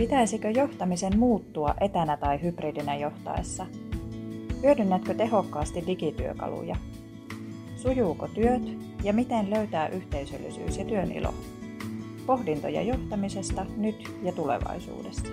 Pitäisikö johtamisen muuttua etänä tai hybridinä johtaessa? Hyödynnätkö tehokkaasti digityökaluja? Sujuuko työt ja miten löytää yhteisöllisyys ja työn ilo? Pohdintoja johtamisesta nyt ja tulevaisuudessa.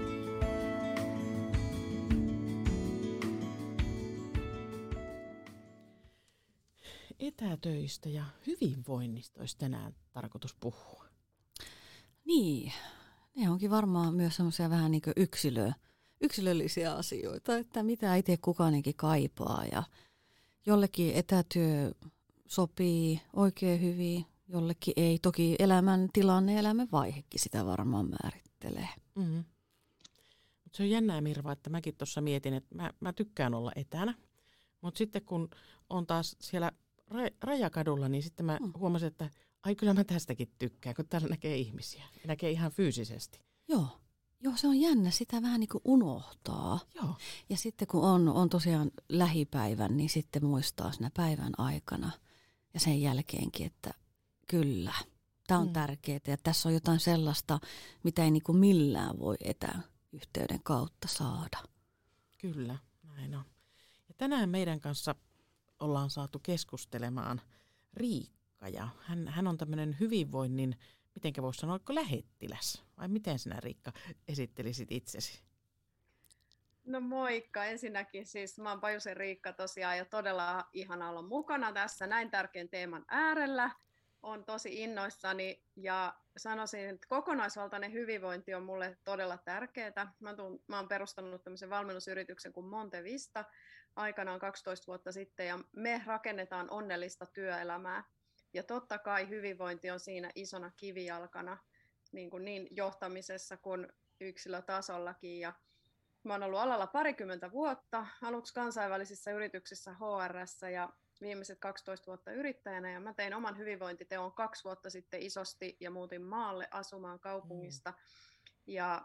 Etätöistä ja hyvinvoinnista olisi tänään tarkoitus puhua. Niin, ne onkin varmaan myös semmoisia vähän niin kuin yksilöllisiä asioita, että mitä itse kukainenkin kaipaa. Ja jollekin etätyö sopii oikein hyvin, jollekin ei. Toki elämäntilanne ja elämänvaihekin sitä varmaan määrittelee. Mm-hmm. Se on jännää, Mirva, että mäkin tuossa mietin, että mä tykkään olla etänä, mutta sitten kun on taas siellä Rajakadulla, niin sitten mä huomasin, että ai kyllä mä tästäkin tykkään, kun täällä näkee ihmisiä. Näkee ihan fyysisesti. Joo, se on jännä. Sitä vähän niin kuin unohtaa. Joo. Ja sitten kun on tosiaan lähipäivän, niin sitten muistaa siinä päivän aikana ja sen jälkeenkin, että kyllä, tämä on tärkeää. Ja tässä on jotain sellaista, mitä ei niin kuin millään voi etäyhteyden kautta saada. Kyllä, näin on. Ja tänään meidän kanssa ollaan saatu keskustelemaan Riikka, ja hän on tämmöinen hyvinvoinnin, mitenkä voisi sanoa, lähettiläs, vai miten sinä, Riikka, esittelisit itsesi? No moikka, ensinnäkin siis mä oon Pajusen Riikka tosiaan, ja todella ihana olla mukana tässä näin tärkeän teeman äärellä. Olen tosi innoissani ja sanoisin, että kokonaisvaltainen hyvinvointi on mulle todella tärkeää. Mä oon perustanut tämmöisen valmennusyrityksen kuin Montevista aikanaan 12 vuotta sitten, ja me rakennetaan onnellista työelämää. Ja totta kai hyvinvointi on siinä isona kivijalkana niin johtamisessa kuin yksilötasollakin. Ja mä oon ollut alalla 20 vuotta, aluksi kansainvälisissä yrityksissä HR:ssä ja viimeiset 12 vuotta yrittäjänä, ja mä tein oman hyvinvointiteon 2 vuotta sitten isosti ja muutin maalle asumaan kaupungista. Ja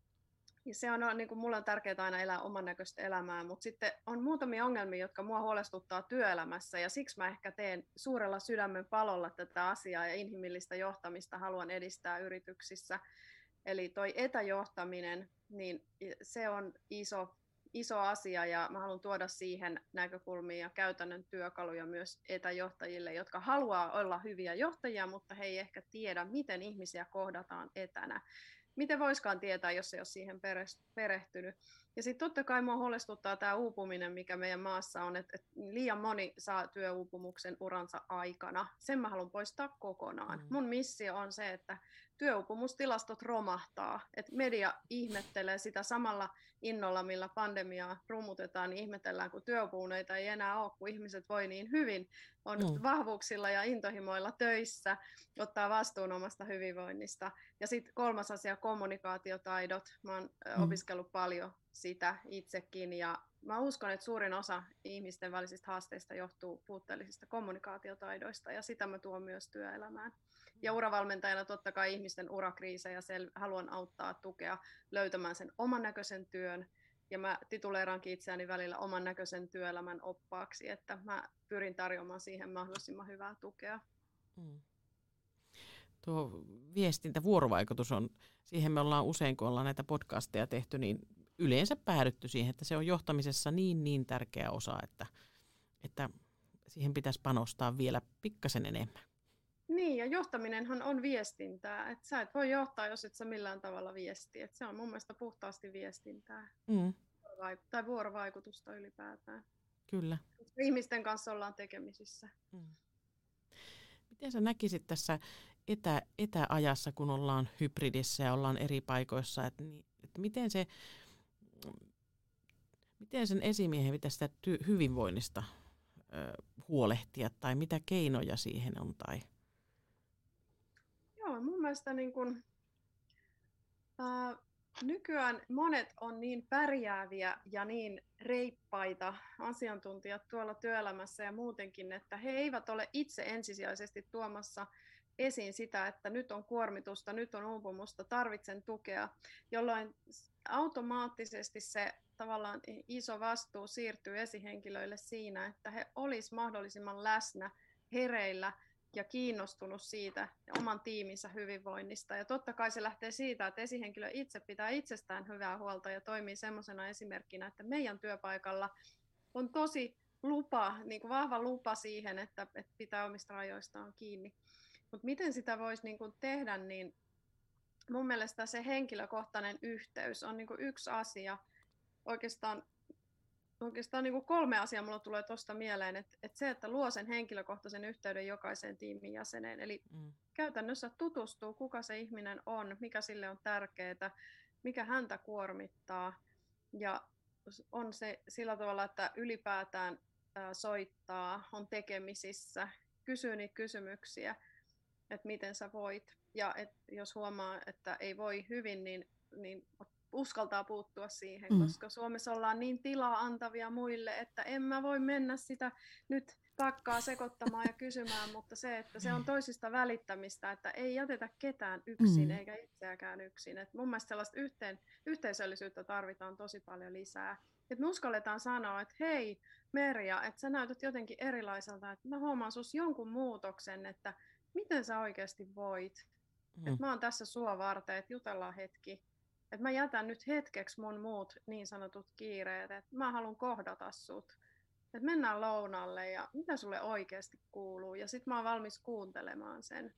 se on niin kuin mulle on tärkeää aina elää oman näköistä elämää, mutta sitten on muutamia ongelmia, jotka mua huolestuttaa työelämässä, ja siksi mä ehkä teen suurella sydämen palolla tätä asiaa, ja inhimillistä johtamista haluan edistää yrityksissä. Eli toi etäjohtaminen, niin se on iso asia, ja mä haluan tuoda siihen näkökulmia ja käytännön työkaluja myös etäjohtajille, jotka haluaa olla hyviä johtajia, mutta he ei ehkä tiedä, miten ihmisiä kohdataan etänä. Miten voiskaan tietää, jos ei ole siihen perehtynyt. Ja sitten totta kai minua huolestuttaa tämä uupuminen, mikä meidän maassa on, että liian moni saa työuupumuksen uransa aikana. Sen mä haluan poistaa kokonaan. Mun missio on se, että työuupumustilastot romahtaa. Että media ihmettelee sitä samalla innolla, millä pandemiaa rummutetaan, niin ihmetellään, kun työuupuneita ei enää ole, kun ihmiset voi niin hyvin, on vahvuuksilla ja intohimoilla töissä, ottaa vastuun omasta hyvinvoinnista. Ja sitten 3. asia, kommunikaatiotaidot. Mä oon opiskellut paljon sitä itsekin, ja mä uskon, että suurin osa ihmisten välisistä haasteista johtuu puutteellisista kommunikaatiotaidoista, ja sitä mä tuon myös työelämään. Ja uravalmentajana totta kai ihmisten urakriisejä haluan auttaa, tukea löytämään sen oman näköisen työn, ja mä tituleeraankin itseäni välillä oman näköisen työelämän oppaaksi, että mä pyrin tarjoamaan siihen mahdollisimman hyvää tukea. Tuo viestintä, vuorovaikutus on, siihen me ollaan usein, kun ollaan näitä podcasteja tehty, niin yleensä päädytty siihen, että se on johtamisessa niin tärkeä osa, että siihen pitäisi panostaa vielä pikkasen enemmän. Niin, ja johtaminenhan on viestintää. Että sä et voi johtaa, jos et sä millään tavalla viesti. Että se on mun mielestä puhtaasti viestintää. Tai vuorovaikutusta ylipäätään. Kyllä. Ihmisten kanssa ollaan tekemisissä. Miten sä näkisit tässä etäajassa, kun ollaan hybridissä ja ollaan eri paikoissa, että miten sen esimiehen pitäisi sitä hyvinvoinnista huolehtia, tai mitä keinoja siihen on? Tai? Joo, mun mielestä niin kun, nykyään monet on niin pärjääviä ja niin reippaita asiantuntijat tuolla työelämässä ja muutenkin, että he eivät ole itse ensisijaisesti tuomassa esiin sitä, että nyt on kuormitusta, nyt on uupumusta, tarvitsen tukea, jolloin automaattisesti se tavallaan iso vastuu siirtyy esihenkilöille siinä, että he olisivat mahdollisimman läsnä, hereillä ja kiinnostunut siitä ja oman tiiminsä hyvinvoinnista. Ja totta kai se lähtee siitä, että esihenkilö itse pitää itsestään hyvää huolta ja toimii semmoisena esimerkkinä, että meidän työpaikalla on tosi niin kuin vahva lupa siihen, että pitää omista rajoistaan kiinni. Mutta miten sitä voisi niin kuin tehdä, niin mun mielestä se henkilökohtainen yhteys on niin kuin yksi asia. Oikeastaan niin kuin 3 asiaa mulla tulee tuosta mieleen, että se, että luo sen henkilökohtaisen yhteyden jokaiseen tiimin jäseneen. Eli käytännössä tutustuu, kuka se ihminen on, mikä sille on tärkeää, mikä häntä kuormittaa. Ja on se sillä tavalla, että ylipäätään soittaa, on tekemisissä, kysyy niitä kysymyksiä, että miten sä voit. Ja jos huomaa, että ei voi hyvin, niin uskaltaa puuttua siihen, koska Suomessa ollaan niin tilaa antavia muille, että en mä voi mennä sitä nyt takkaa sekoittamaan ja kysymään, mutta se, että se on toisista välittämistä, että ei jätetä ketään yksin eikä itseäkään yksin. Et mun mielestä sellaista yhteisöllisyyttä tarvitaan tosi paljon lisää. Et me uskalletaan sanoa, että hei Merja, että sä näytät jotenkin erilaiselta, että mä huomaan sus jonkun muutoksen, että miten sä oikeasti voit. Että mä oon tässä sua varten, että jutellaan hetki. Että mä jätän nyt hetkeksi mun muut niin sanotut kiireet, että mä haluan kohdata sut. Että mennään lounalle ja mitä sulle oikeasti kuuluu. Ja sit mä oon valmis kuuntelemaan sen.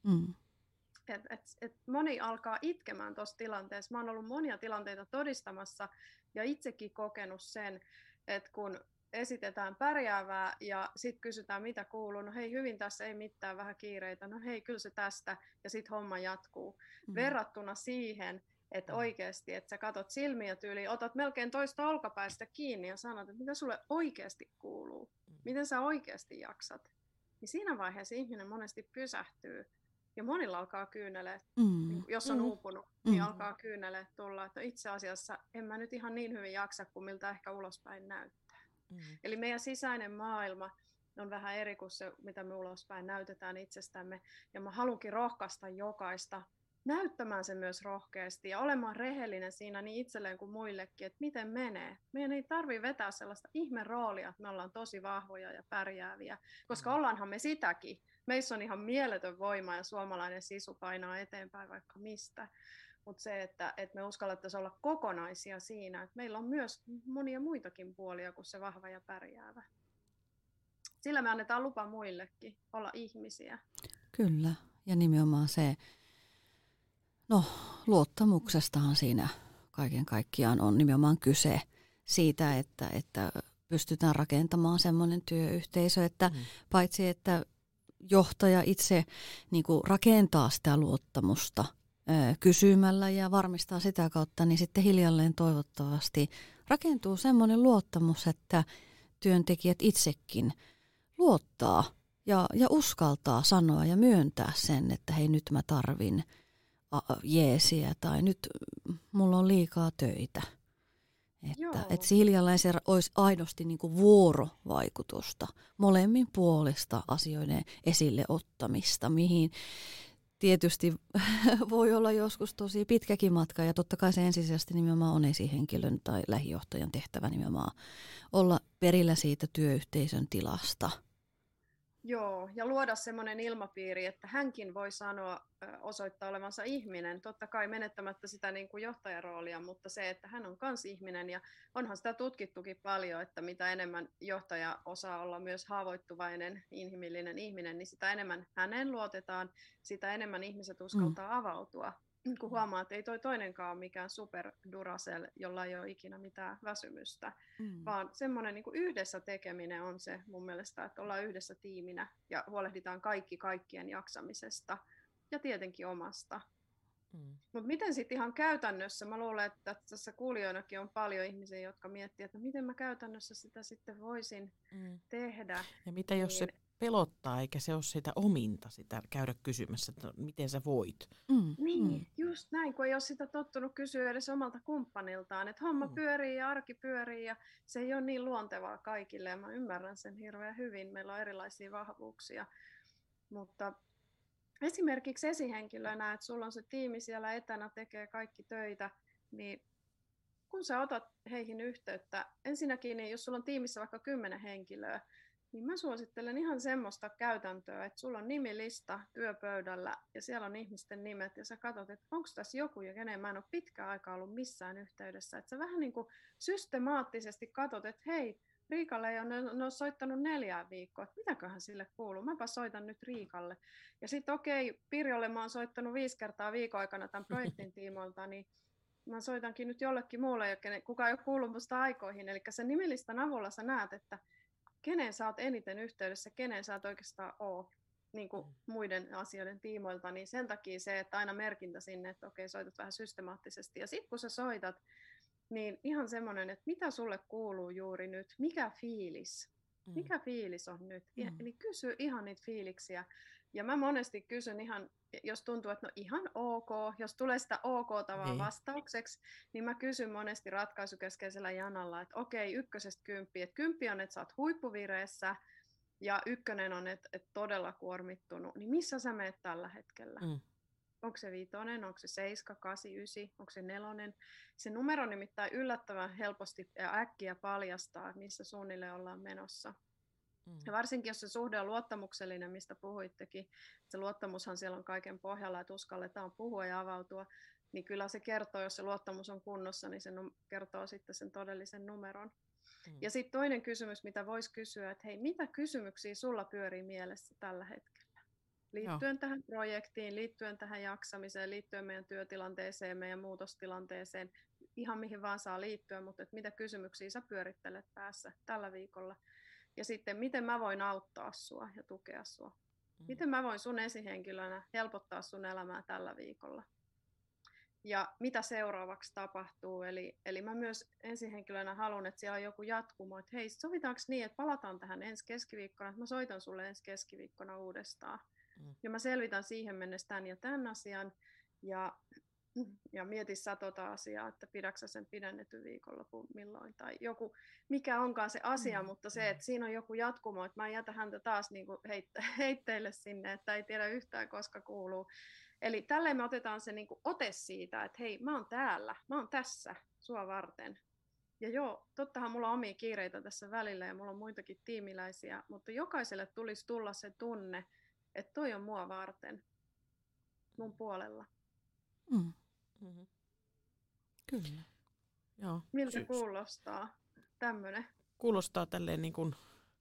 Et moni alkaa itkemään tuossa tilanteessa. Mä oon ollut monia tilanteita todistamassa ja itsekin kokenut sen, että kun esitetään pärjäävää ja sitten kysytään mitä kuuluu, no hei hyvin tässä ei mitään, vähän kiireitä, no hei kyllä se tästä ja sitten homma jatkuu. Verrattuna siihen, että oikeasti, että sä katot silmiä tyyliin, otat melkein toista olkapäästä kiinni ja sanot, että mitä sulle oikeasti kuuluu, miten sä oikeasti jaksat. Niin siinä vaiheessa ihminen monesti pysähtyy ja monilla alkaa kyyneleet, jos on uupunut, niin alkaa kyyneleet tulla, että itse asiassa en mä nyt ihan niin hyvin jaksa kuin miltä ehkä ulospäin näyttää. Eli meidän sisäinen maailma on vähän eri kuin se, mitä me ulospäin näytetään itsestämme. Ja mä haluankin rohkaista jokaista näyttämään se myös rohkeasti ja olemaan rehellinen siinä niin itselleen kuin muillekin, että miten menee. Meidän ei tarvitse vetää sellaista ihmeroolia, että me ollaan tosi vahvoja ja pärjääviä, koska ollaanhan me sitäkin. Meissä on ihan mieletön voima ja suomalainen sisu painaa eteenpäin vaikka mistä. Mutta se, että me uskallettaisiin olla kokonaisia siinä, että meillä on myös monia muitakin puolia kuin se vahva ja pärjäävä. Sillä me annetaan lupa muillekin olla ihmisiä. Kyllä, ja nimenomaan se, no luottamuksestahan siinä kaiken kaikkiaan on nimenomaan kyse siitä, että pystytään rakentamaan semmoinen työyhteisö, että paitsi että johtaja itse niin kuin rakentaa sitä luottamusta kysymällä ja varmistaa sitä kautta, niin sitten hiljalleen toivottavasti rakentuu semmoinen luottamus, että työntekijät itsekin luottaa ja uskaltaa sanoa ja myöntää sen, että hei nyt mä tarvin jeesiä tai nyt mulla on liikaa töitä. Että hiljalleen se olisi aidosti niin kuin vuorovaikutusta, molemmin puolesta asioiden esille ottamista, mihin tietysti voi olla joskus tosi pitkäkin matka ja totta kai se ensisijaisesti nimenomaan on esihenkilön tai lähijohtajan tehtävä nimenomaan olla perillä siitä työyhteisön tilasta. Joo, ja luoda semmoinen ilmapiiri, että hänkin voi sanoa, osoittaa olevansa ihminen, totta kai menettämättä sitä niin kuin johtajaroolia, mutta se, että hän on kans ihminen, ja onhan sitä tutkittukin paljon, että mitä enemmän johtaja osaa olla myös haavoittuvainen, inhimillinen ihminen, niin sitä enemmän häneen luotetaan, sitä enemmän ihmiset uskaltaa avautua, kun huomaa, että ei toi toinenkaan ole mikään super Duracell, jolla ei ole ikinä mitään väsymystä, vaan semmoinen niin kuin yhdessä tekeminen on se mun mielestä, että ollaan yhdessä tiiminä ja huolehditaan kaikkien jaksamisesta ja tietenkin omasta. Mutta miten sitten ihan käytännössä, mä luulen, että tässä kuulijoinakin on paljon ihmisiä, jotka miettii, että miten mä käytännössä sitä sitten voisin tehdä. Ja mitä jos se pelottaa, eikä se ole sitä ominta, sitä käydä kysymässä, että miten sä voit. Niin, just näin, kun ei ole sitä tottunut kysyä edes omalta kumppaniltaan, että homma pyörii ja arki pyörii ja se ei ole niin luontevaa kaikille ja mä ymmärrän sen hirveän hyvin, meillä on erilaisia vahvuuksia, mutta esimerkiksi esihenkilönä, että sulla on se tiimi siellä etänä, tekee kaikki töitä, niin kun sä otat heihin yhteyttä, ensinnäkin, niin jos sulla on tiimissä vaikka 10 henkilöä, niin mä suosittelen ihan semmoista käytäntöä, että sulla on nimilista työpöydällä ja siellä on ihmisten nimet ja sä katsot, että onko tässä joku, ja kenen mä en ole pitkään aikaa ollut missään yhteydessä. Että sä vähän niin kuin systemaattisesti katsot, että hei, Riikalle ei ole soittanut 4 viikkoa, että mitäköhän sille kuuluu, mäpä soitan nyt Riikalle. Ja sitten Pirjolle mä oon soittanut 5 kertaa viikon aikana tämän projektin tiimoilta, niin mä soitankin nyt jollekin muulle, kuka ei ole kuullut musta aikoihin. Eli sen nimilistan avulla sä näet, että kenen sä oot eniten yhteydessä, kenen sä oot oikeastaan niin kuin muiden asioiden tiimoilta, niin sen takia se, että aina merkintä sinne, että okei, soitat vähän systemaattisesti. Ja sitten kun sä soitat, niin ihan semmoinen, että mitä sulle kuuluu juuri nyt, mikä fiilis? Mikä fiilis on nyt? Eli kysy ihan niitä fiiliksiä. Ja mä monesti kysyn ihan, jos tuntuu, että no ihan ok, jos tulee sitä ok-ta vaan vastaukseksi, niin mä kysyn monesti ratkaisukeskeisellä janalla, että okei, 1–10, että 10 on, että sä oot huippuvireessä, ja 1 on, että todella kuormittunut, niin missä sä meet tällä hetkellä? Onko se 5, onko se 7, 8, 9, onko se 4? Se numero nimittäin yllättävän helposti ja äkkiä paljastaa, että missä suunnilleen ollaan menossa. Ja varsinkin, jos se suhde on luottamuksellinen, mistä puhuittekin, se luottamushan siellä on kaiken pohjalla, että uskalletaan puhua ja avautua, niin kyllä se kertoo, jos se luottamus on kunnossa, niin se kertoo sitten sen todellisen numeron. Ja sitten toinen kysymys, mitä voisi kysyä, että hei, mitä kysymyksiä sulla pyörii mielessä tällä hetkellä? Liittyen tähän projektiin, liittyen tähän jaksamiseen, liittyen meidän työtilanteeseen, meidän muutostilanteeseen, ihan mihin vaan saa liittyä, mutta että mitä kysymyksiä sä pyörittelet päässä tällä viikolla. Ja sitten, miten mä voin auttaa sua ja tukea sua. Miten mä voin sun esihenkilönä helpottaa sun elämää tällä viikolla. Ja mitä seuraavaksi tapahtuu. Eli mä myös esihenkilönä haluan, että siellä on joku jatkumo, että hei, sovitaanko niin, että palataan tähän ensi keskiviikkona, että mä soitan sulle ensi keskiviikkona uudestaan. Ja mä selvitän siihen mennessä tämän ja tämän asian, ja mieti sä asiaa, että pidäksä sen pidennetyn viikonlopun milloin, tai joku, mikä onkaan se asia, mutta se, että siinä on joku jatkumo, että mä en jätä häntä taas niin kuin heitteille sinne, että ei tiedä yhtään koska kuuluu. Eli tälleen me otetaan se niin kuin ote siitä, että hei, mä oon täällä, mä oon tässä sua varten. Ja joo, tottahan mulla on omia kiireitä tässä välillä ja mulla on muitakin tiimiläisiä, mutta jokaiselle tulisi tulla se tunne, että toi on mua varten, mun puolella. Kyllä. Joo. Miltä kuulostaa tämmöinen? Kuulostaa tälleen niin kuin,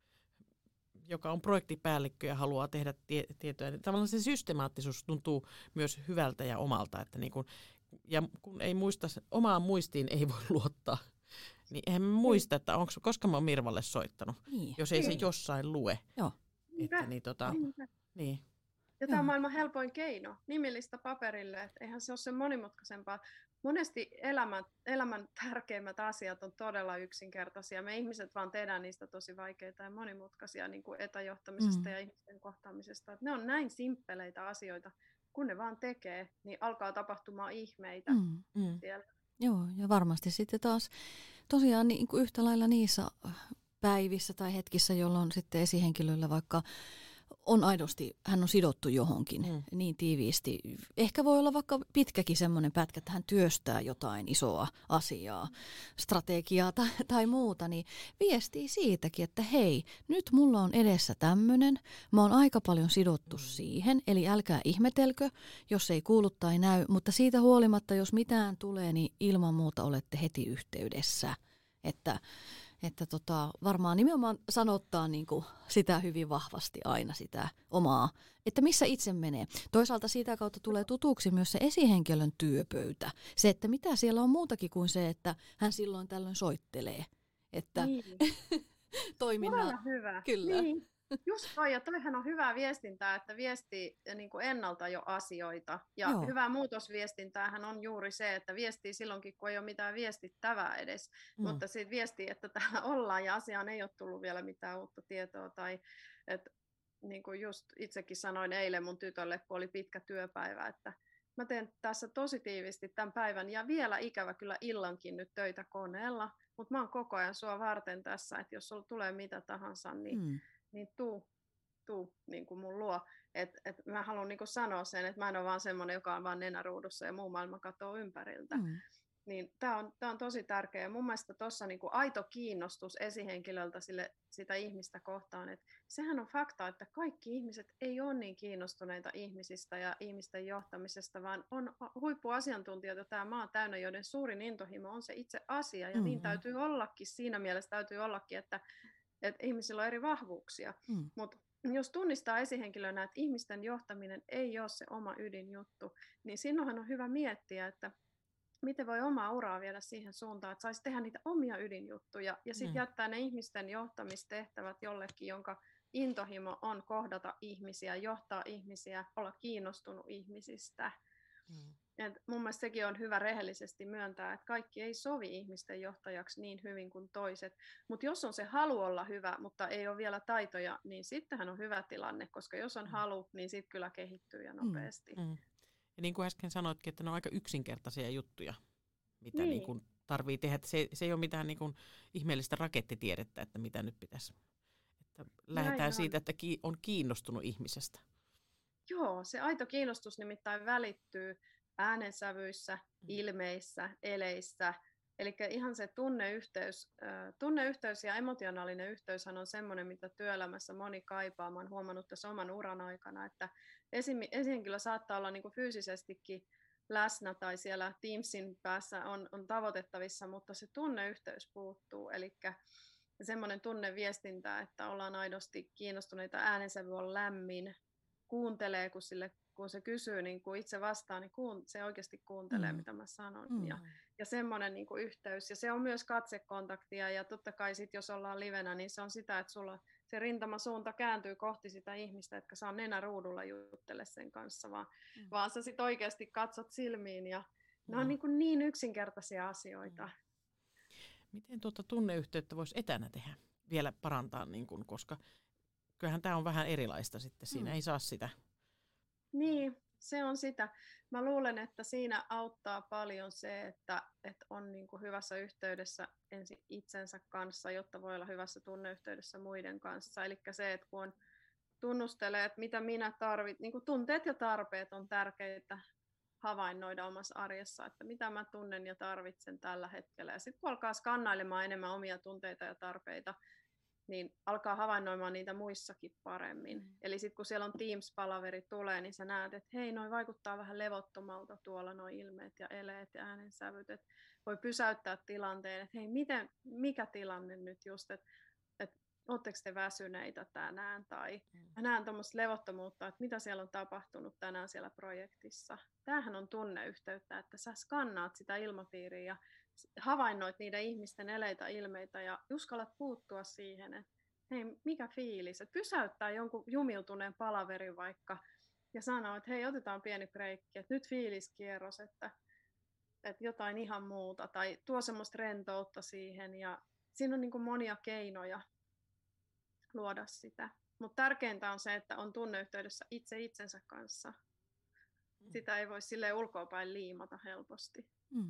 joka on projektipäällikkö ja haluaa tehdä tietoja. Tavallaan se systemaattisuus tuntuu myös hyvältä ja omalta. Että niin kuin, ja kun ei muista, omaan muistiin ei voi luottaa, niin eihän muista, että koska mä oon Mirvalle soittanut, jos ei se jossain lue. Joo. Että, niin. Ja tämä on maailman helpoin keino, nimilistä paperille, että eihän se ole sen monimutkaisempaa. Monesti elämän tärkeimmät asiat on todella yksinkertaisia. Me ihmiset vaan tehdään niistä tosi vaikeita ja monimutkaisia niin kuin etäjohtamisesta ja ihmisten kohtaamisesta. Että ne on näin simppeleitä asioita, kun ne vaan tekee, niin alkaa tapahtumaan ihmeitä siellä. Joo, ja varmasti sitten taas tosiaan niin kuin yhtä lailla niissä päivissä tai hetkissä, jolloin sitten esihenkilöllä vaikka on aidosti, hän on sidottu johonkin niin tiiviisti. Ehkä voi olla vaikka pitkäkin semmoinen pätkä, että hän työstää jotain isoa asiaa, strategiaa tai muuta, niin viestii siitäkin, että hei, nyt mulla on edessä tämmöinen, mä oon aika paljon sidottu siihen, eli älkää ihmetelkö, jos ei kuulu tai näy, mutta siitä huolimatta, jos mitään tulee, niin ilman muuta olette heti yhteydessä, että varmaan nimenomaan sanottaa niin kuin sitä hyvin vahvasti aina sitä omaa, että missä itse menee. Toisaalta siitä kautta tulee tutuksi myös se esihenkilön työpöytä. Se, että mitä siellä on muutakin kuin se, että hän silloin tällöin soittelee. Että toiminnan. Todella hyvä. Kyllä. Niin. Just toi, ja toihan on hyvää viestintää, että viestii niin kuin ennalta jo asioita. Ja hyvää muutosviestintäähän on juuri se, että viestii silloinkin, kun ei ole mitään viestittävää edes. Mutta siitä viestii, että täällä ollaan ja asiaan ei ole tullut vielä mitään uutta tietoa. Tai, että, niin kuin just itsekin sanoin eilen mun tytölle, kun oli pitkä työpäivä, että mä teen tässä tosi tiivisti tämän päivän ja vielä ikävä kyllä illankin nyt töitä koneella. Mutta mä oon koko ajan sua varten tässä, että jos sulla tulee mitä tahansa, niin tuu niin kuin mun luo. Et mä haluan niin kuin sanoa sen, että mä en ole vaan semmoinen, joka on vaan nenäruudussa ja muu maailma katoo ympäriltä. Niin tämä on tosi tärkeää. Mun mielestä tuossa niinku aito kiinnostus esihenkilöltä sitä ihmistä kohtaan, että sehän on fakta, että kaikki ihmiset ei ole niin kiinnostuneita ihmisistä ja ihmisten johtamisesta, vaan on huippuasiantuntijoita tämä maa täynnä, joiden suurin intohimo on se itse asia, ja niin täytyy ollakin, siinä mielessä täytyy ollakin, että ihmisillä on eri vahvuuksia, mutta jos tunnistaa esihenkilönä, että ihmisten johtaminen ei ole se oma ydinjuttu, niin silloinhan on hyvä miettiä, että miten voi omaa uraa viedä siihen suuntaan, että saisi tehdä niitä omia ydinjuttuja ja sitten jättää ne ihmisten johtamistehtävät jollekin, jonka intohimo on kohdata ihmisiä, johtaa ihmisiä, olla kiinnostunut ihmisistä. Et mun mielestä sekin on hyvä rehellisesti myöntää, että kaikki ei sovi ihmisten johtajaksi niin hyvin kuin toiset. Mutta jos on se halu olla hyvä, mutta ei ole vielä taitoja, niin sittenhän on hyvä tilanne, koska jos on halu, niin sitten kyllä kehittyy ja nopeasti. Ja niin kuin äsken sanoitkin, että ne on aika yksinkertaisia juttuja, mitä niin kuin tarvii tehdä. Se ei ole mitään niin kuin ihmeellistä rakettitiedettä, että mitä nyt pitäisi. Että lähdetään siitä, että on kiinnostunut ihmisestä. Joo, se aito kiinnostus nimittäin välittyy äänensävyissä, ilmeissä, eleissä. Eli ihan se tunneyhteys ja emotionaalinen yhteyshän on semmoinen, mitä työelämässä moni kaipaa. Mä oon huomannut tässä oman uran aikana, että esihenkilö saattaa olla niin kuin fyysisestikin läsnä tai siellä Teamsin päässä on tavoitettavissa, mutta se tunneyhteys puuttuu. Eli semmoinen tunneviestintä, että ollaan aidosti kiinnostuneita, äänensävy on lämmin, kuuntelee, kun se kysyy, niin kun itse vastaa, niin se oikeasti kuuntelee, mitä mä sanon. Ja semmoinen niin kuin yhteys. Ja se on myös katsekontaktia, ja totta kai sit, jos ollaan livenä, niin se on sitä, että sulla se rintamasuunta kääntyy kohti sitä ihmistä, etkä saa nenä ruudulla juttele sen kanssa, vaan sä sit oikeasti katsot silmiin, ja ne on niin yksinkertaisia asioita. Miten tuota tunneyhteyttä voisi etänä tehdä? Vielä parantaa, niin kun, koska kyllähän tämä on vähän erilaista sitten, siinä ei saa sitä. Niin, se on sitä. Mä luulen, että siinä auttaa paljon se, että on niin kuin hyvässä yhteydessä ensin itsensä kanssa, jotta voi olla hyvässä tunneyhteydessä muiden kanssa. Eli se, että kun tunnustelee, että mitä minä tarvitsen, niin kuin tunteet ja tarpeet on tärkeitä havainnoida omassa arjessa, että mitä mä tunnen ja tarvitsen tällä hetkellä. Ja sitten kun alkaa skannailemaan enemmän omia tunteita ja tarpeita, niin alkaa havainnoimaan niitä muissakin paremmin. Eli sitten kun siellä on Teams-palaveri tulee, niin sä näet, että hei, noi vaikuttaa vähän levottomalta tuolla noi ilmeet ja eleet ja äänensävyt. Et voi pysäyttää tilanteen, että hei, mikä tilanne nyt just, että ootteko te väsyneitä tänään, tai mä näen tuommoista levottomuutta, että mitä siellä on tapahtunut tänään siellä projektissa. Tämähän on tunneyhteyttä, että sä skannaat sitä ilmapiiriä ja havainnoit niiden ihmisten eleitä, ilmeitä ja uskallat puuttua siihen, että hei, mikä fiilis, että pysäyttää jonkun jumiutuneen palaverin vaikka ja sanoo, että hei, otetaan pieni breikki, että nyt fiiliskierros, että jotain ihan muuta, tai tuo semmoista rentoutta siihen, ja siinä on niin kuin monia keinoja luoda sitä. Mutta tärkeintä on se, että on tunneyhteydessä itse itsensä kanssa. Sitä ei voi silleen ulkoapäin liimata helposti.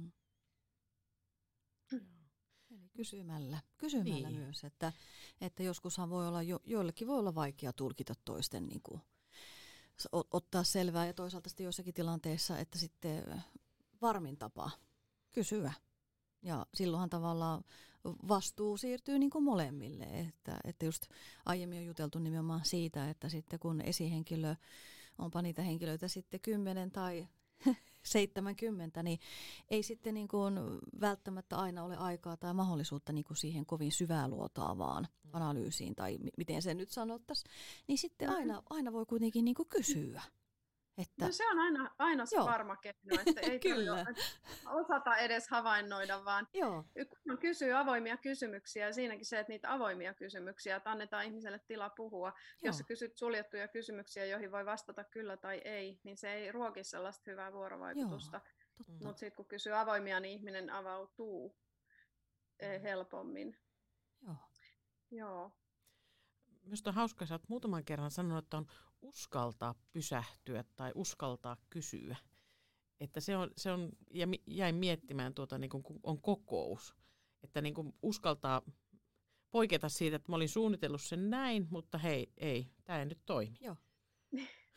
Eli kysymällä niin. Myös, että joskushan voi olla, joillekin voi olla vaikea tulkita toisten, niin kuin, ottaa selvää, ja toisaalta sitten joissakin tilanteissa, että sitten varmin tapa kysyä. Ja silloinhan tavallaan vastuu siirtyy niin kuin molemmille, että just aiemmin on juteltu nimenomaan siitä, että sitten kun esihenkilö, onpa niitä henkilöitä sitten 10 tai 70, niin ei sitten niin kuin välttämättä aina ole aikaa tai mahdollisuutta niin kuin siihen kovin syväluotaavaan analyysiin, tai miten se nyt sanottaisiin, niin sitten aina voi kuitenkin niin kuin kysyä. Että... No se on aina se varma keino, että ei osata edes havainnoida, vaan kun kysyy avoimia kysymyksiä, ja siinäkin se, että niitä avoimia kysymyksiä, että annetaan ihmiselle tila puhua. Jos sä kysyt suljettuja kysymyksiä, joihin voi vastata kyllä tai ei, niin se ei ruoki sellaista hyvää vuorovaikutusta. Mutta sitten kun kysyy avoimia, niin ihminen avautuu helpommin. Joo. Minusta on hauska, että olet muutaman kerran sanonut, että on uskaltaa pysähtyä tai uskaltaa kysyä. Että se on ja jäin miettimään niin kun on kokous, että niin kun uskaltaa poiketa siitä, että mä olin suunnitellut sen näin, mutta hei, ei, tämä ei nyt toimi. Joo.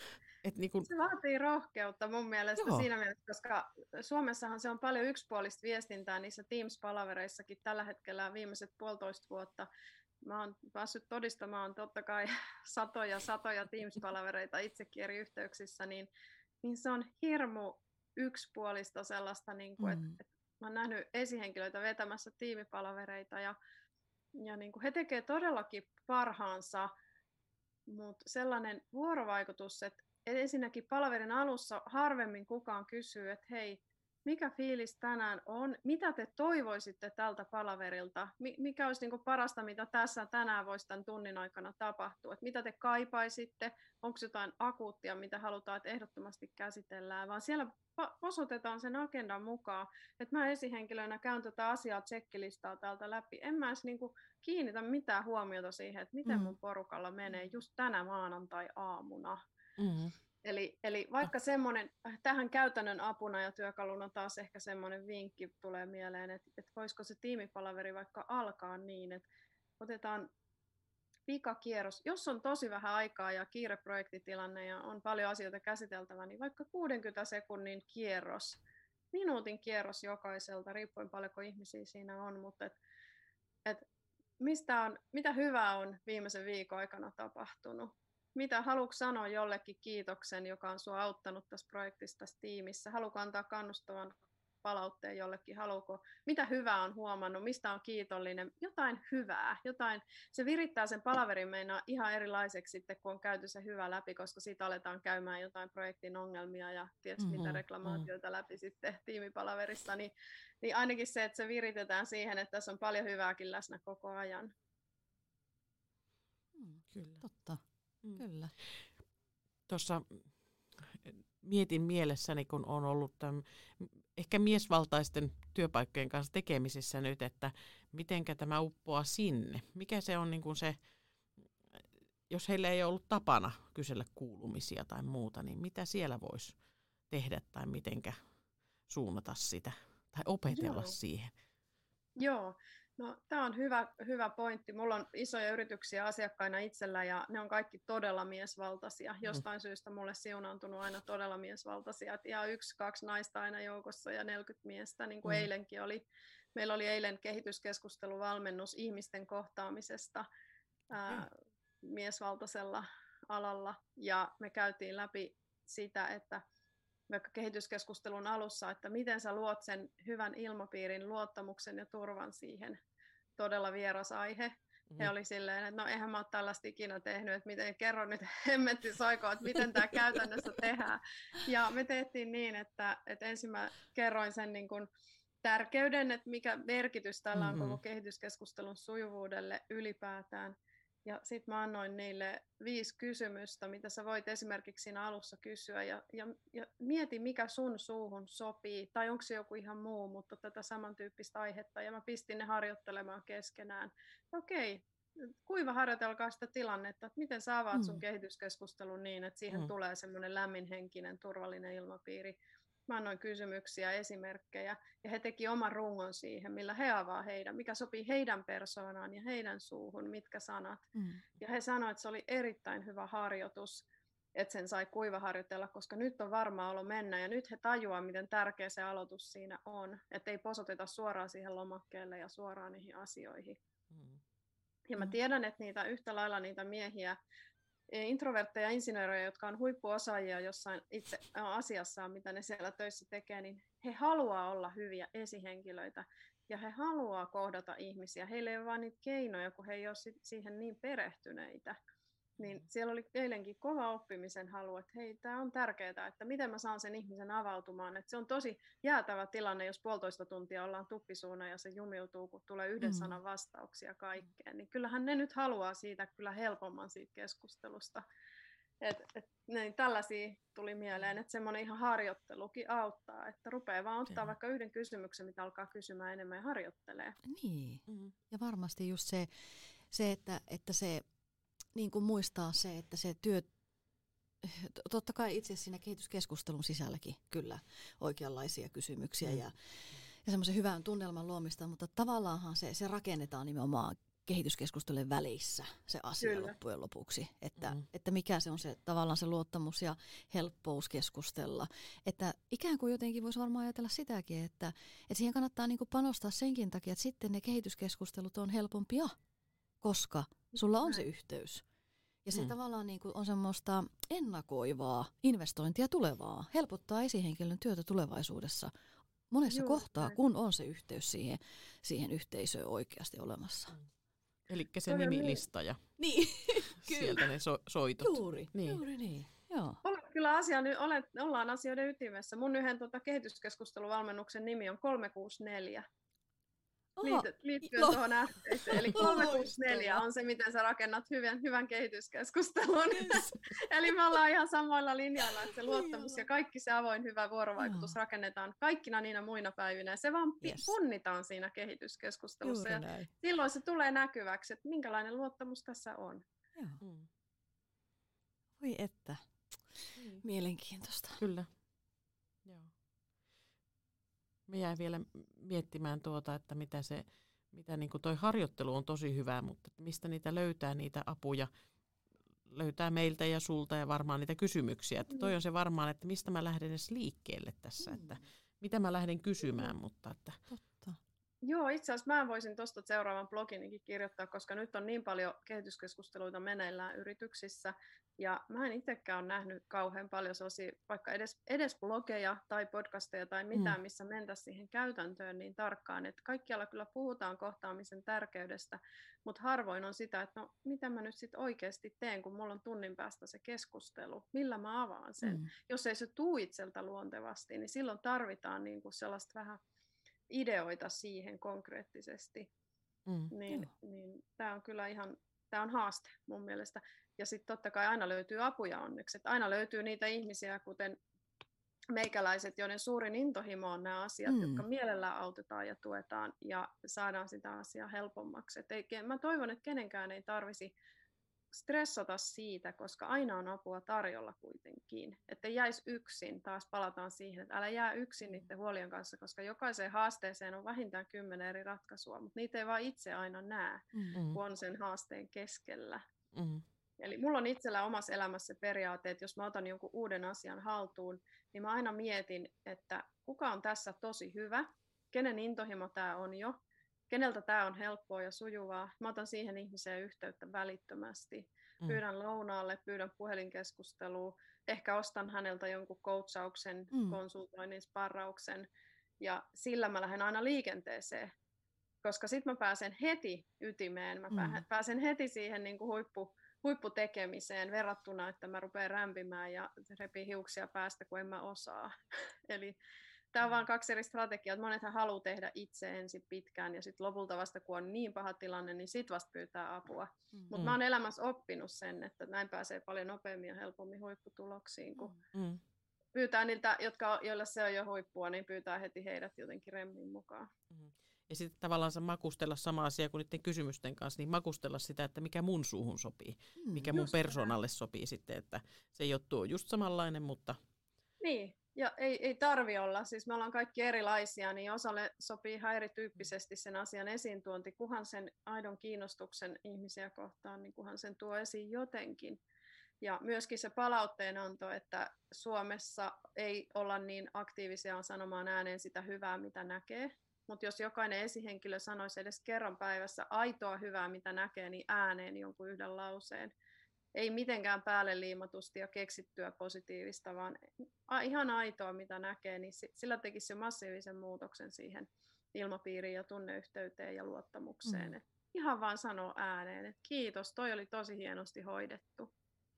niin kun... Se vaatii rohkeutta mun mielestä siinä mielessä, koska Suomessahan se on paljon yksipuolista viestintää niissä Teams-palavereissakin tällä hetkellä viimeiset 1,5 vuotta. Mä oon päässyt todistamaan totta kai satoja Teams-palavereita itsekin eri yhteyksissä, niin se on hirmu yksipuolista sellaista, niin kuin, että mä oon nähnyt esihenkilöitä vetämässä tiimipalavereita ja niin kuin he tekevät todellakin parhaansa, mutta sellainen vuorovaikutus, että ensinnäkin palaverin alussa harvemmin kukaan kysyy, että hei, mikä fiilis tänään on, mitä te toivoisitte tältä palaverilta, mikä olisi niin kuin parasta, mitä tässä tänään voisi tämän tunnin aikana tapahtua, että mitä te kaipaisitte, onko jotain akuuttia, mitä halutaan, että ehdottomasti käsitellään, vaan siellä osoitetaan sen agendan mukaan, että mä esihenkilönä käyn tätä asiaa tsekkilistaa täältä läpi, en mä edes niin kuin kiinnitä mitään huomiota siihen, että miten mun porukalla menee just tänä maanantai-aamuna. Eli vaikka semmoinen, tähän käytännön apuna ja työkaluna taas ehkä semmoinen vinkki tulee mieleen, että voisiko se tiimipalaveri vaikka alkaa niin, että otetaan pikakierros, jos on tosi vähän aikaa ja kiireprojektitilanne ja on paljon asioita käsiteltävää, niin vaikka 60 sekunnin kierros, minuutin kierros jokaiselta, riippuen paljonko ihmisiä siinä on, mutta mitä hyvää on viimeisen viikon aikana tapahtunut? Mitä haluatko sanoa jollekin kiitoksen, joka on sinua auttanut tässä projektissa, tässä tiimissä? Haluatko antaa kannustavan palautteen jollekin? Mitä hyvää on huomannut? Mistä on kiitollinen? Jotain hyvää. Se virittää sen palaverin meinaa ihan erilaiseksi sitten, kun on käyty se hyvä läpi, koska siitä aletaan käymään jotain projektin ongelmia ja tietysti mitä reklamaatioita läpi sitten tiimipalaverissa. Niin ainakin se, että se viritetään siihen, että tässä on paljon hyvääkin läsnä koko ajan. Kyllä. Totta. Kyllä. Tuossa mietin mielessäni, kun on ollut ehkä miesvaltaisten työpaikkojen kanssa tekemisissä nyt, että mitenkä tämä uppoaa sinne. Mikä se on niin kuin se, jos heillä ei ollut tapana kysellä kuulumisia tai muuta, niin mitä siellä voisi tehdä tai mitenkä suunnata sitä tai opetella siihen? Joo. No, tämä on hyvä pointti. Mulla on isoja yrityksiä asiakkaina itsellä ja ne on kaikki todella miesvaltaisia. Jostain syystä mulle siunaantunut aina todella miesvaltaisia. Et ihan 1-2 naista aina joukossa ja 40 miestä, niin kuin eilenkin oli. Meillä oli eilen kehityskeskusteluvalmennus ihmisten kohtaamisesta miesvaltaisella alalla. Ja me käytiin läpi sitä, että vaikka kehityskeskustelun alussa, että miten sä luot sen hyvän ilmapiirin, luottamuksen ja turvan siihen. Todella vieras aihe. He oli silleen, että no eihän mä ole tällaista ikinä tehnyt, että miten kerron nyt hemmetti soikoon, että miten tämä käytännössä tehdään. Ja me tehtiin niin, että ensin mä kerroin sen niin kuin tärkeyden, että mikä merkitys tällä on koko kehityskeskustelun sujuvuudelle ylipäätään. Ja sitten mä annoin niille 5 kysymystä, mitä sä voit esimerkiksi siinä alussa kysyä. Ja mieti, mikä sun suuhun sopii, tai onko se joku ihan muu, mutta tätä samantyyppistä aihetta. Ja mä pistin ne harjoittelemaan keskenään. Okei, kuinka harjoitelkaa sitä tilannetta, että miten sä avaat sun kehityskeskustelun niin, että siihen tulee semmoinen lämminhenkinen, turvallinen ilmapiiri. Mä annoin kysymyksiä, esimerkkejä, ja he teki oman rungon siihen, millä he avaa mikä sopii heidän persoonaan ja heidän suuhun, mitkä sanat. Ja he sanoivat, että se oli erittäin hyvä harjoitus, että sen sai kuivaharjoitella, koska nyt on varma olo mennä, ja nyt he tajuaa, miten tärkeä se aloitus siinä on, että ei posoteta suoraan siihen lomakkeelle ja suoraan niihin asioihin. Ja mä tiedän, että yhtä lailla niitä miehiä, introvertteja insinöörejä, jotka on huippuosaajia jossain itse asiassaan, mitä ne siellä töissä tekee, niin he haluaa olla hyviä esihenkilöitä ja he haluaa kohdata ihmisiä. Heillä ei ole vain niitä keinoja, kun he ei ole siihen niin perehtyneitä. Niin siellä oli eilenkin kova oppimisen halu, että hei, tämä on tärkeää, että miten mä saan sen ihmisen avautumaan. Että se on tosi jäätävä tilanne, jos 1,5 tuntia ollaan tuppisuuna ja se jumiutuu, kun tulee yhden sanan vastauksia kaikkeen. Niin kyllähän ne nyt haluaa siitä kyllä helpomman siitä keskustelusta. Niin tällaisia tuli mieleen, että semmoinen ihan harjoittelukin auttaa, että rupeaa vaan ottaa vaikka yhden kysymyksen, mitä alkaa kysymään enemmän ja harjoittelee. Niin, ja varmasti just se että se niin kuin muistaa se, että se työ, totta kai itse siinä kehityskeskustelun sisälläkin kyllä oikeanlaisia kysymyksiä ja semmoisen hyvän tunnelman luomista, mutta tavallaanhan se rakennetaan nimenomaan kehityskeskustelujen välissä se asia Kyllä. loppujen lopuksi, että mikä se on se tavallaan se luottamus ja helppous keskustella. Että ikään kuin jotenkin voisi varmaan ajatella sitäkin, että siihen kannattaa niin kuin panostaa senkin takia, että sitten ne kehityskeskustelut on helpompia, koska sulla on se yhteys. Ja se tavallaan niin kuin on semmoista ennakoivaa investointia tulevaa, helpottaa esihenkilön työtä tulevaisuudessa monessa kohtaa, kun on se yhteys siihen yhteisöön oikeasti olemassa. Eli se nimilista ja sieltä ne soitot. Juuri niin. Joo. Ollaan asioiden ytimessä. Mun yhden kehityskeskusteluvalmennuksen nimi on 364. Liittyen tuohon äskeiseen. Eli 364 on se, miten sä rakennat hyvän kehityskeskustelun. Eli me ollaan ihan samoilla linjalla, että se luottamus ja kaikki se avoin hyvä vuorovaikutus rakennetaan kaikkina niinä muina päivinä. Ja se vaan punnitaan siinä kehityskeskustelussa. Ja silloin se tulee näkyväksi, että minkälainen luottamus tässä on. Joo. Voi että. Mielenkiintoista. Kyllä. Joo. Me jäin vielä miettimään että mitä niin kuin toi harjoittelu on tosi hyvä, mutta mistä niitä löytää niitä apuja, löytää meiltä ja sulta ja varmaan niitä kysymyksiä. Että toi on se varmaan, että mistä mä lähden edes liikkeelle tässä, että mitä mä lähden kysymään, mutta että... Totta. Joo, itse asiassa mä voisin tuosta seuraavan bloginikin kirjoittaa, koska nyt on niin paljon kehityskeskusteluita meneillään yrityksissä, ja mä en itsekään ole nähnyt kauhean paljon sellaisia, vaikka edes blogeja tai podcasteja tai mitään, missä mentäisiin siihen käytäntöön niin tarkkaan, että kaikkialla kyllä puhutaan kohtaamisen tärkeydestä, mutta harvoin on sitä, että no mitä mä nyt sitten oikeasti teen, kun mulla on tunnin päästä se keskustelu, millä mä avaan sen. Jos ei se tule itseltä luontevasti, niin silloin tarvitaan niinku sellaista vähän ideoita siihen konkreettisesti, niin tämä on kyllä tämä on haaste mun mielestä. Ja sitten totta kai aina löytyy apuja onneksi, että aina löytyy niitä ihmisiä, kuten meikäläiset, joiden suurin intohimo on nämä asiat, jotka mielellään autetaan ja tuetaan ja saadaan sitä asiaa helpommaksi. Mä toivon, että kenenkään ei tarvisi stressata siitä, koska aina on apua tarjolla kuitenkin. Että jäisi yksin, taas palataan siihen, että älä jää yksin niiden huolien kanssa, koska jokaiseen haasteeseen on vähintään 10 eri ratkaisua, mutta niitä ei vaan itse aina näe, kun on sen haasteen keskellä. Eli mulla on itsellä omassa elämässä periaate, että jos mä otan jonkun uuden asian haltuun, niin mä aina mietin, että kuka on tässä tosi hyvä, kenen intohimo tämä on jo, keneltä tämä on helppoa ja sujuvaa. Mä otan siihen ihmiseen yhteyttä välittömästi. Pyydän lounaalle, pyydän puhelinkeskustelua, ehkä ostan häneltä jonkun coachauksen, konsultoinnin, sparrauksen, ja sillä mä lähden aina liikenteeseen, koska sitten mä pääsen heti ytimeen, mä pääsen heti siihen niin kuin huipputekemiseen verrattuna, että mä rupean rämpimään ja repii hiuksia päästä, kun en mä osaa. Eli tämä on vain 2 eri strategiaa. Monethan haluaa tehdä itse ensin pitkään ja sitten lopulta vasta, kun on niin paha tilanne, niin sitten vasta pyytää apua. Mutta mä oon elämässä oppinut sen, että näin pääsee paljon nopeammin ja helpommin huipputuloksiin, kun pyytää niiltä, joilla se on jo huippua, niin pyytää heti heidät jotenkin remmin mukaan. Ja sitten tavallaan makustella sama asia kuin niiden kysymysten kanssa, niin makustella sitä, että mikä mun suuhun sopii, mikä mun persoonalle sopii sitten, että se ei ole tuo just samanlainen, mutta... Niin, ja ei tarvi olla, siis me ollaan kaikki erilaisia, niin osalle sopii ihan erityyppisesti sen asian esiintuonti, kunhan sen aidon kiinnostuksen ihmisiä kohtaan, niin kunhan sen tuo esiin jotenkin. Ja myöskin se palautteenanto, että Suomessa ei olla niin aktiivisia sanomaan ääneen sitä hyvää, mitä näkee. Mutta jos jokainen esihenkilö sanoisi edes kerran päivässä aitoa hyvää, mitä näkee, niin ääneen jonkun yhden lauseen. Ei mitenkään päälle liimatusti ja keksittyä positiivista, vaan ihan aitoa, mitä näkee, niin sillä tekisi jo massiivisen muutoksen siihen ilmapiiriin ja tunneyhteyteen ja luottamukseen. Et ihan vaan sanoo ääneen, että kiitos, toi oli tosi hienosti hoidettu.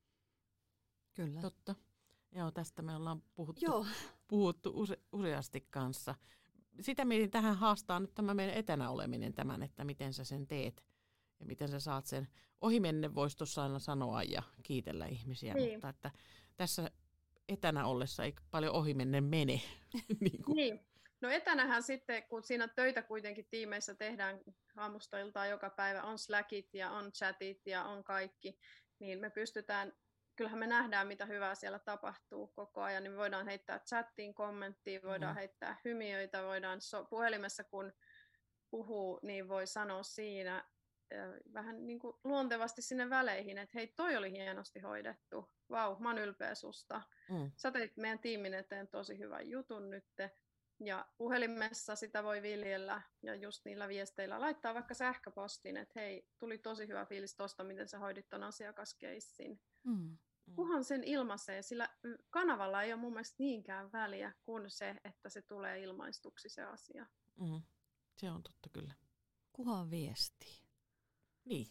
Kyllä. Totta. Joo, tästä me ollaan puhuttu useasti kanssa. Sitä mietin tähän haastaa nyt tämä meidän etänä oleminen tämän, että miten sä sen teet ja miten sä saat sen. Ohimenne voisi tuossa aina sanoa ja kiitellä ihmisiä, mutta että tässä etänä ollessa ei paljon ohimenne mene. Niin. No etänähän sitten, kun siinä töitä kuitenkin tiimeissä tehdään aamusta iltaan joka päivä, on Slackit ja on chatit ja on kaikki, niin me pystytään, kyllähän me nähdään, mitä hyvää siellä tapahtuu koko ajan, niin me voidaan heittää chattiin kommenttia, voidaan heittää hymiöitä, voidaan puhelimessa kun puhuu, niin voi sanoa siinä vähän niin kuin luontevasti sinne väleihin, että hei, toi oli hienosti hoidettu. Vau, mä oon ylpeä susta. Sä teit meidän tiimin eteen tosi hyvän jutun nyt. Ja puhelimessa sitä voi viljellä ja just niillä viesteillä laittaa vaikka sähköpostin, että hei, tuli tosi hyvä fiilis tosta, miten sä hoidit ton asiakaskeissin. Kunhan sen ilmaisee, sillä kanavalla ei ole mun mielestä niinkään väliä kuin se, että se tulee ilmaistuksi se asia. Se on totta kyllä. Kunhan viestii. Niin.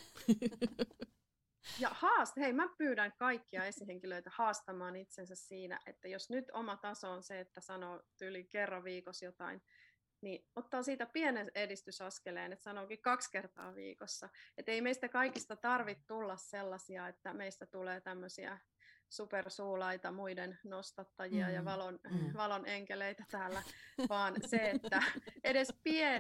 Ja hei, mä pyydän kaikkia esihenkilöitä haastamaan itsensä siinä, että jos nyt oma taso on se, että sanoo yli kerran viikossa jotain, niin ottaa siitä pienen edistysaskeleen, että sanookin 2 kertaa viikossa. Että ei meistä kaikista tarvitse tulla sellaisia, että meistä tulee tämmöisiä supersuulaita, muiden nostattajia ja valon enkeleitä täällä, vaan se, että edes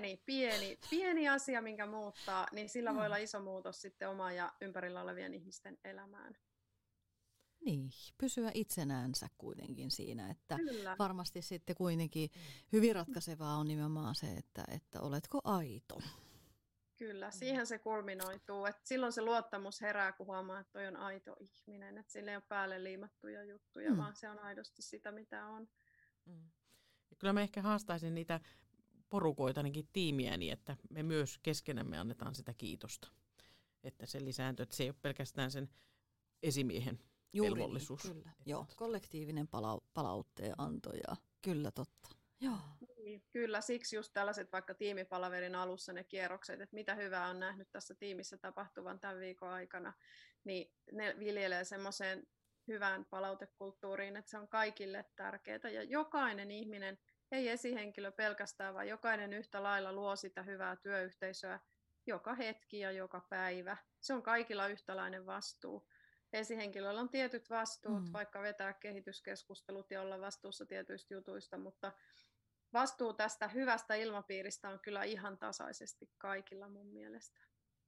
pieni asia, minkä muuttaa, niin sillä voi olla iso muutos sitten omaan ja ympärillä olevien ihmisten elämään. Niin, pysyä itsenäänsä kuitenkin siinä, että Kyllä. Varmasti sitten kuitenkin hyvin ratkaisevaa on nimenomaan se, että oletko aito. Kyllä, siihen se kulminoituu, että silloin se luottamus herää, kun huomaa, että toi on aito ihminen, että sillä ei ole päälle liimattuja juttuja, vaan se on aidosti sitä, mitä on. Ja kyllä mä ehkä haastaisin niitä porukoita, ainakin tiimiäni, että me myös keskenämme annetaan sitä kiitosta, että se lisääntyy, että se ei ole pelkästään sen esimiehen velvollisuus. Kyllä. Joo, kollektiivinen palautteen anto ja kyllä totta. Joo. Niin, kyllä, siksi just tällaiset vaikka tiimipalaverin alussa ne kierrokset, että mitä hyvää on nähnyt tässä tiimissä tapahtuvan tämän viikon aikana, niin ne viljelee semmoiseen hyvään palautekulttuuriin, että se on kaikille tärkeää ja jokainen ihminen, ei esihenkilö pelkästään, vaan jokainen yhtä lailla luo sitä hyvää työyhteisöä joka hetki ja joka päivä. Se on kaikilla yhtäläinen vastuu. Esihenkilöillä on tietyt vastuut, vaikka vetää kehityskeskustelut ja olla vastuussa tietyistä jutuista, mutta vastuu tästä hyvästä ilmapiiristä on kyllä ihan tasaisesti kaikilla mun mielestä.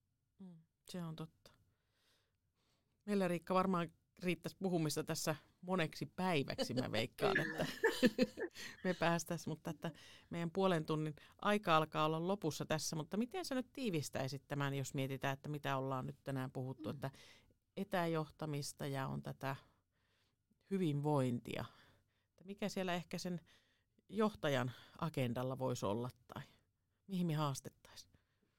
Se on totta. Meillä, Riikka, varmaan riittäisi puhumista tässä moneksi päiväksi, mä veikkaan, että me päästäisiin, mutta että meidän 0,5 tunnin aika alkaa olla lopussa tässä, mutta miten sä nyt tiivistäisit tämän, jos mietitään, että mitä ollaan nyt tänään puhuttu, että etäjohtamista ja on tätä hyvinvointia. Mikä siellä ehkä sen johtajan agendalla voisi olla tai mihin me haastettaisiin?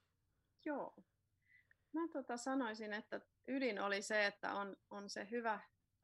Joo. Mä sanoisin, että ydin oli se, että on se hyvä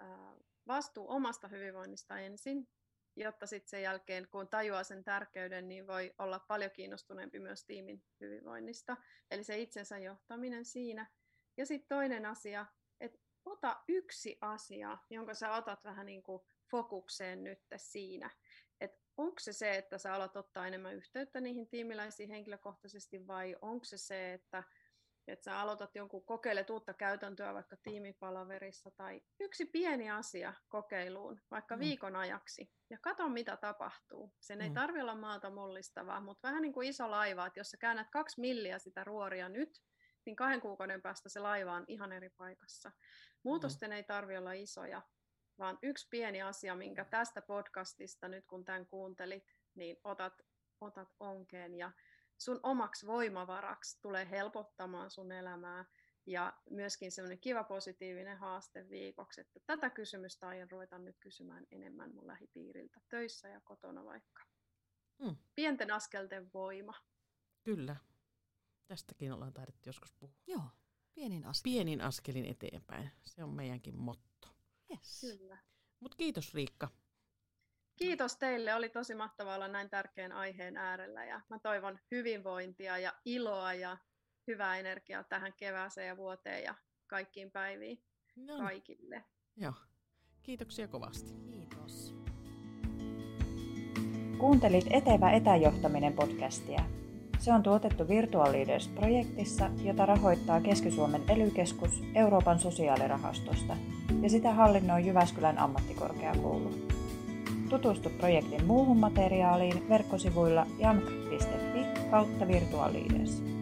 vastuu omasta hyvinvoinnista ensin, jotta sitten sen jälkeen, kun tajuaa sen tärkeyden, niin voi olla paljon kiinnostuneempi myös tiimin hyvinvoinnista. Eli se itsensä johtaminen siinä. Ja sitten toinen asia, että ota yksi asia, jonka sä otat vähän niin kuin fokukseen nyt siinä. Että onko se, että sä alat ottaa enemmän yhteyttä niihin tiimiläisiin henkilökohtaisesti, vai onko se, että sä aloitat jonkun, kokeilet uutta käytäntöä vaikka tiimipalaverissa, tai yksi pieni asia kokeiluun, vaikka viikon ajaksi, ja katso mitä tapahtuu. Sen ei tarvitse olla maalta mullistavaa, mutta vähän niin kuin iso laiva, että jos sä käännät 2 milliä sitä ruoria nyt, niin 2 kuukauden päästä se laiva on ihan eri paikassa. Muutosten ei tarvitse olla isoja, vaan yksi pieni asia, minkä tästä podcastista nyt kun tämän kuuntelit, niin otat onkeen ja sun omaksi voimavaraksi tulee helpottamaan sun elämää ja myöskin semmoinen kiva positiivinen haaste viikoksi, että tätä kysymystä aion ruveta nyt kysymään enemmän mun lähipiiriltä, töissä ja kotona vaikka. Pienten askelten voima. Kyllä. Tästäkin ollaan taidettu joskus puhua. Joo, pienin askelin eteenpäin. Se on meidänkin motto. Yes. Kyllä. Mut kiitos, Riikka. Kiitos teille. Oli tosi mahtavaa olla näin tärkeän aiheen äärellä. Ja mä toivon hyvinvointia ja iloa ja hyvää energiaa tähän kevääseen ja vuoteen ja kaikkiin päiviin kaikille. Joo. Kiitoksia kovasti. Kiitos. Kuuntelit Etevä etäjohtaminen podcastia. Se on tuotettu Virtual Leaders-projektissa, jota rahoittaa Keski-Suomen ELY-keskus Euroopan sosiaalirahastosta ja sitä hallinnoi Jyväskylän ammattikorkeakoulu. Tutustu projektin muuhun materiaaliin verkkosivuilla jamk.fi/Virtual Leaders.